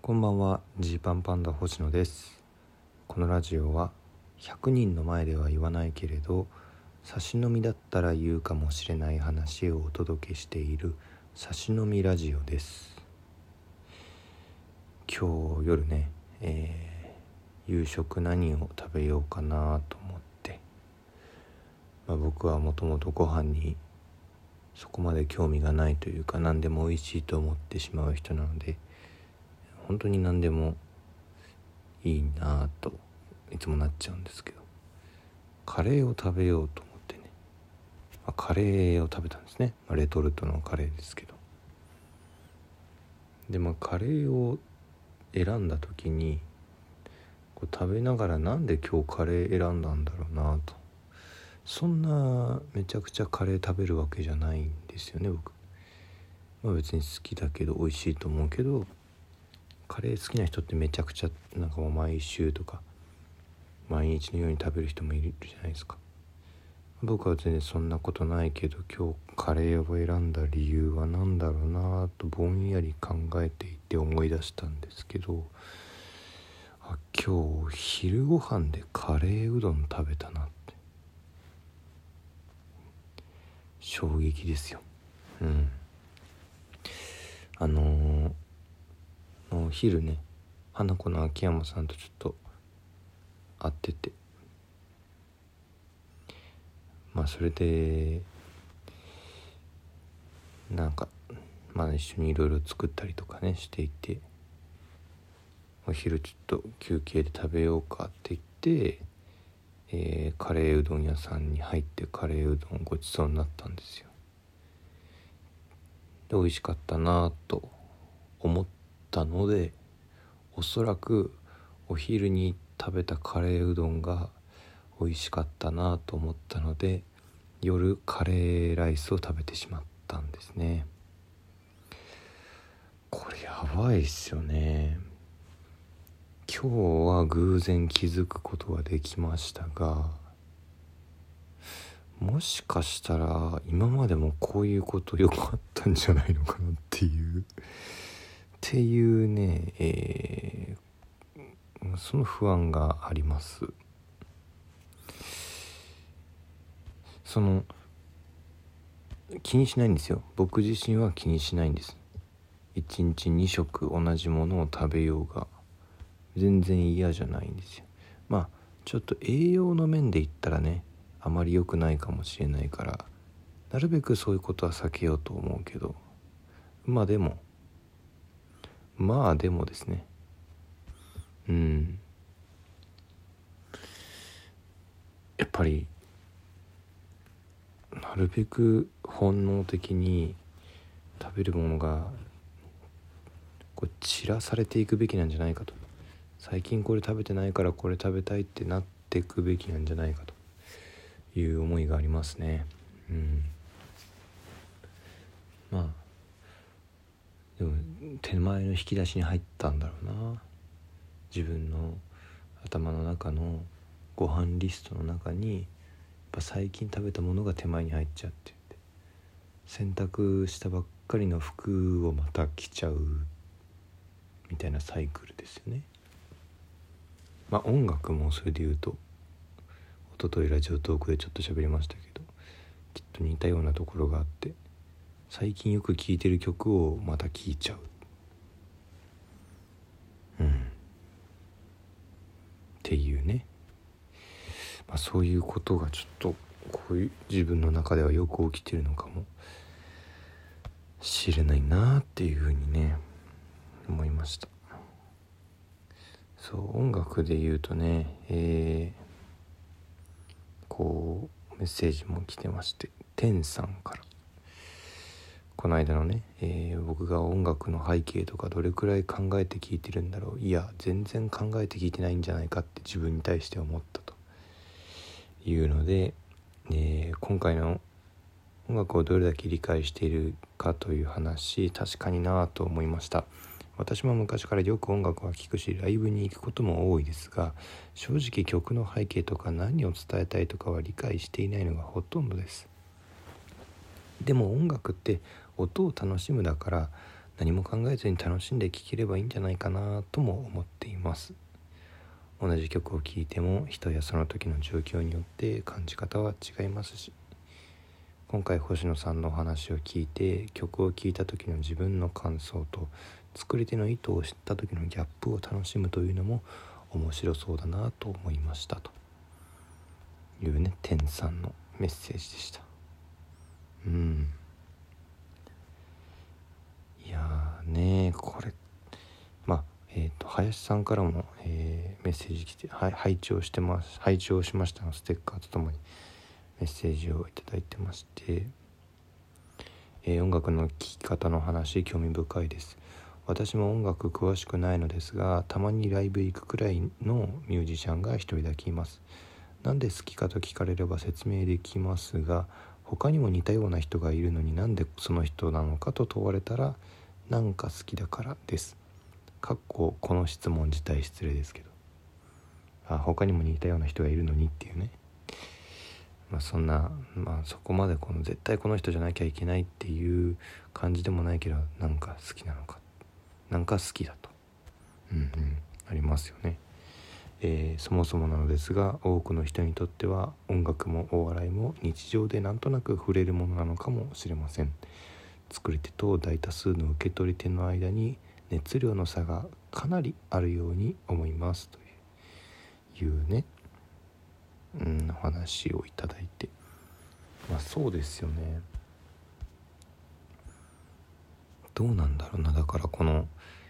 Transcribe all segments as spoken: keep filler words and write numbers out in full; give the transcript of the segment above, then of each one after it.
こんばんは、ジーパンパンダ星野です。このラジオはひゃくにんの前では言わないけれど差し飲みだったら言うかもしれない話をお届けしている差し飲みラジオです。今日夜ね、えー、夕食何を食べようかなと思って、まあ、僕はもともとご飯にそこまで興味がないというか、何でも美味しいと思ってしまう人なので、本当に何でもいいなといつもなっちゃうんですけど、カレーを食べようと思ってね、まあ、カレーを食べたんですね、まあ、レトルトのカレーですけど。でまあカレーを選んだ時にこう食べながら、なんで今日カレー選んだんだろうなと。そんなめちゃくちゃカレー食べるわけじゃないんですよね僕。まあ別に好きだけど美味しいと思うけど、カレー好きな人ってめちゃくちゃなんかもう毎週とか毎日のように食べる人もいるじゃないですか。僕は全然そんなことないけど、今日カレーを選んだ理由は何だろうなとぼんやり考えていて思い出したんですけど、あ、今日昼ご飯でカレーうどん食べたなって。衝撃ですよ。うんあのーお昼ね、花子の秋山さんとちょっと会ってて、まあそれでなんかまあ一緒にいろいろ作ったりとかねしていて、お昼ちょっと休憩で食べようかって言って、えー、カレーうどん屋さんに入ってカレーうどんごちそうになったんですよ。で美味しかったなと思ったので、おそらくお昼に食べたカレーうどんが美味しかったなと思ったので、夜カレーライスを食べてしまったんですね。これやばいっすよね。今日は偶然気づくことができましたが、もしかしたら今までもこういうことよくあったんじゃないのかなっていうっていうね、えー、その不安があります。その気にしないんですよ。僕自身は気にしないんです。いちにちに食同じものを食べようが全然嫌じゃないんですよ。まあちょっと栄養の面で言ったらね、あまり良くないかもしれないから、なるべくそういうことは避けようと思うけど、まあでもまあでもですね、うんやっぱりなるべく本能的に食べるものがこう散らされていくべきなんじゃないかと。最近これ食べてないからこれ食べたいってなっていくべきなんじゃないかという思いがありますね。うんまあでも手前の引き出しに入ったんだろうな、自分の頭の中のご飯リストの中にやっぱ最近食べたものが手前に入っちゃってって、洗濯したばっかりの服をまた着ちゃうみたいなサイクルですよね。まあ音楽もそれで言うと、一昨日ラジオトークでちょっと喋りましたけど、きっと似たようなところがあって、最近よく聴いてる曲をまた聴いちゃう。うんっていうね、まあ、そういうことがちょっとこういう自分の中ではよく起きてるのかもしれないなっていうふうにね思いました。そう音楽で言うとね、えー、こうメッセージも来てまして、てんさんからこの間のね、えー、僕が音楽の背景とかどれくらい考えて聴いてるんだろう、いや全然考えて聴いてないんじゃないかって自分に対して思ったというので、えー、今回の音楽をどれだけ理解しているかという話、確かになぁと思いました。私も昔からよく音楽は聴くし、ライブに行くことも多いですが、正直曲の背景とか何を伝えたいとかは理解していないのがほとんどです。でも音楽って音を楽しむだから、 何も考えずに楽しんで聴ければいいんじゃないかなとも思っています。同じ曲を聴いても人やその時の状況によって感じ方は違いますし、今回星野さんのお話を聞いて曲を聴いた時の自分の感想と作り手の意図を知った時のギャップを楽しむというのも面白そうだなと思いましたというね、天さんのメッセージでした。うんいやーねこれまあえー、と林さんからも、えー、メッセージ来て、はい、拝聴してます拝聴しましたのステッカーとともにメッセージをいただいてまして、えー、音楽の聴き方の話興味深いです。私も音楽詳しくないのですが、たまにライブ行くくらいのミュージシャンが一人だけいます。なんで好きかと聞かれれば説明できますが、他にも似たような人がいるのになんでその人なのかと問われたら、なんか好きだからです。かっここの質問自体失礼ですけど、あ他にも似たような人がいるのにっていうね、まあそんな、まあそこまでこの絶対この人じゃなきゃいけないっていう感じでもないけど、なんか好きなのか、なんか好きだと、うんうんありますよね。えー、そもそもなのですが、多くの人にとっては音楽もお笑いも日常でなんとなく触れるものなのかもしれません。作り手と大多数の受け取り手の間に熱量の差がかなりあるように思いますというね、うん、お話をいただいて、まあそうですよね。どうなんだろうな。だからこの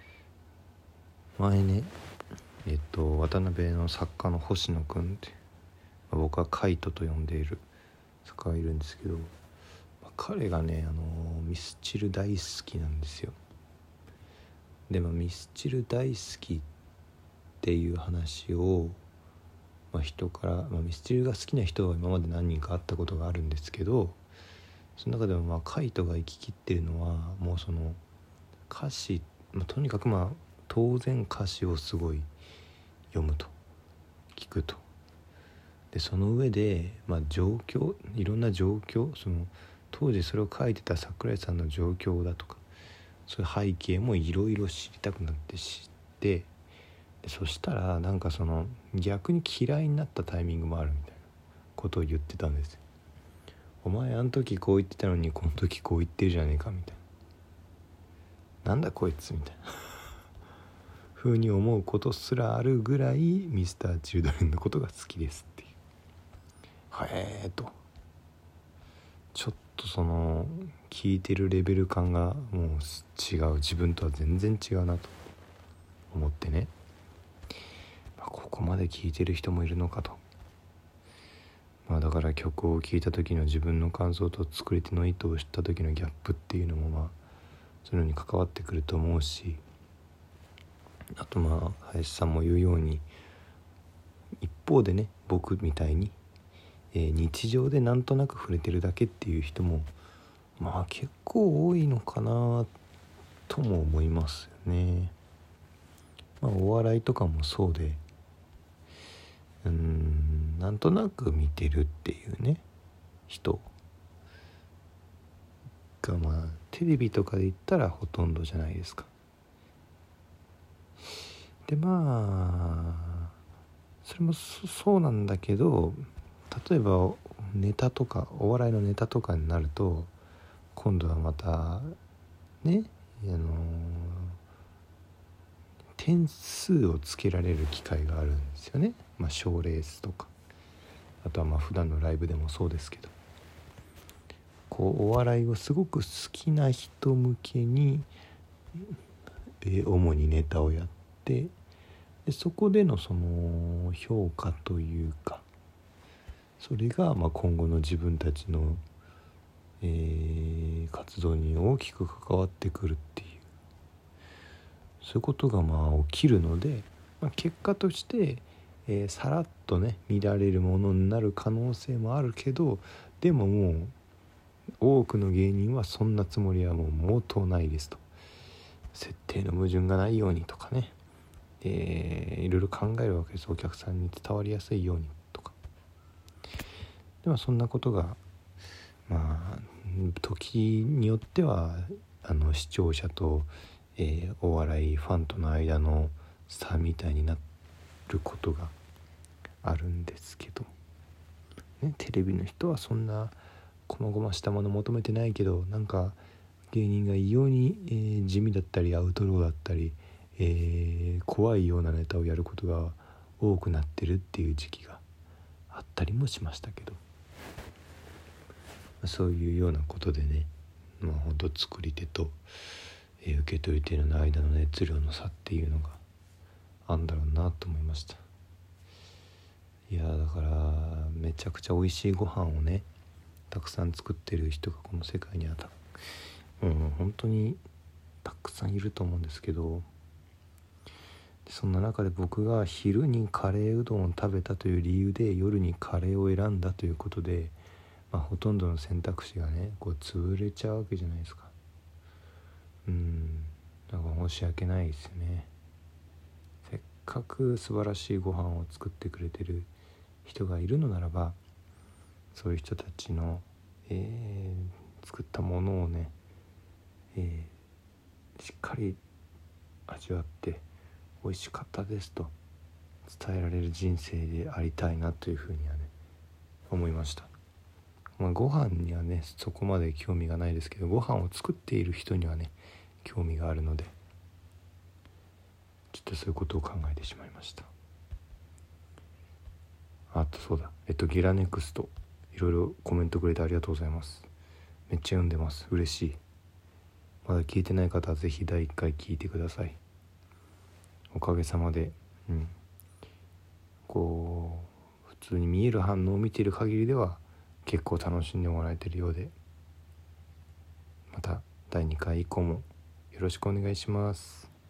前ねえっと渡辺の作家の星野くんって、まあ、僕はカイトと呼んでいる作家がいるんですけど、まあ、彼がねあのミスチル大好きなんですよ。でもミスチル大好きっていう話を、まあ、人から、まあ、ミスチルが好きな人は今まで何人か会ったことがあるんですけど、その中でもまあカイトが行き切ってるのはもうその歌詞、まあ、とにかくまあ当然歌詞をすごい読むと聞くと、でその上で、まあ、状況いろんな状況、その当時それを書いてた桜井さんの状況だとかそういう背景もいろいろ知りたくなって知って、でそしたらなんかその逆に嫌いになったタイミングもあるみたいなことを言ってたんですよ。お前あの時こう言ってたのにこの時こう言ってるじゃねえかみたいな、なんだこいつみたいな風に思うことすらあるぐらいミスターチルドレンのことが好きですっていう。へえと、ちょっとその聞いてるレベル感がもう違う、自分とは全然違うなと思ってね、まあ、ここまで聞いてる人もいるのかと。まあだから曲を聴いた時の自分の感想と作り手の意図を知った時のギャップっていうのもまあそういうのに関わってくると思うし、あとまあ林さんも言うように一方でね僕みたいに、えー、日常でなんとなく触れてるだけっていう人もまあ結構多いのかなとも思いますよね。まあお笑いとかもそうで、うーんなんとなく見てるっていうね人がまあテレビとかで言ったらほとんどじゃないですか。でまあそれもそうなんだけど、例えばネタとかお笑いのネタとかになると今度はまたね、あのー、点数をつけられる機会があるんですよね。まあ賞レースとか、あとはまあ普段のライブでもそうですけど、こうお笑いをすごく好きな人向けに、えー、主にネタをやって、でそこでのその評価というか、それがまあ今後の自分たちの、えー、活動に大きく関わってくるっていう、そういうことがまあ起きるので、まあ、結果として、えー、さらっとね見られるものになる可能性もあるけど、でももう多くの芸人はそんなつもりはもう毛頭ないですと、設定の矛盾がないようにとかね、えー、いろいろ考えるわけです。お客さんに伝わりやすいようにとか。でもそんなことがまあ時によってはあの視聴者と、えー、お笑いファンとの間の差みたいになることがあるんですけど、ね、テレビの人はそんなこまごましたもの求めてないけど、なんか芸人が異様に、えー、地味だったりアウトローだったり、えー、怖いようなネタをやることが多くなってるっていう時期があったりもしましたけど、そういうようなことでね、まあ本当作り手と、えー、受け取り手の間の熱量の差っていうのがあんだろうなと思いました。いやだからめちゃくちゃ美味しいご飯をねたくさん作ってる人がこの世界にはた、うん、本当にたくさんいると思うんですけど、そんな中で僕が昼にカレーうどんを食べたという理由で夜にカレーを選んだということで、まあ、ほとんどの選択肢がねこう潰れちゃうわけじゃないですか。うんなんか申し訳ないですよね。せっかく素晴らしいご飯を作ってくれてる人がいるのならば、そういう人たちの、えー、作ったものをね、えー、しっかり味わって美味しかったですと伝えられる人生でありたいなというふうにはね思いました。まあ、ご飯にはねそこまで興味がないですけど、ご飯を作っている人にはね興味があるので、ちょっとそういうことを考えてしまいました。あとそうだ、えっとゲラネクストいろいろコメントくれてありがとうございます。めっちゃ読んでます。嬉しい。まだ聞いてない方はぜひだいいっかい聞いてください。おかげさまで、うん、こう普通に見える反応を見ている限りでは結構楽しんでもらえているようで、まただいにかい以降もよろしくお願いします。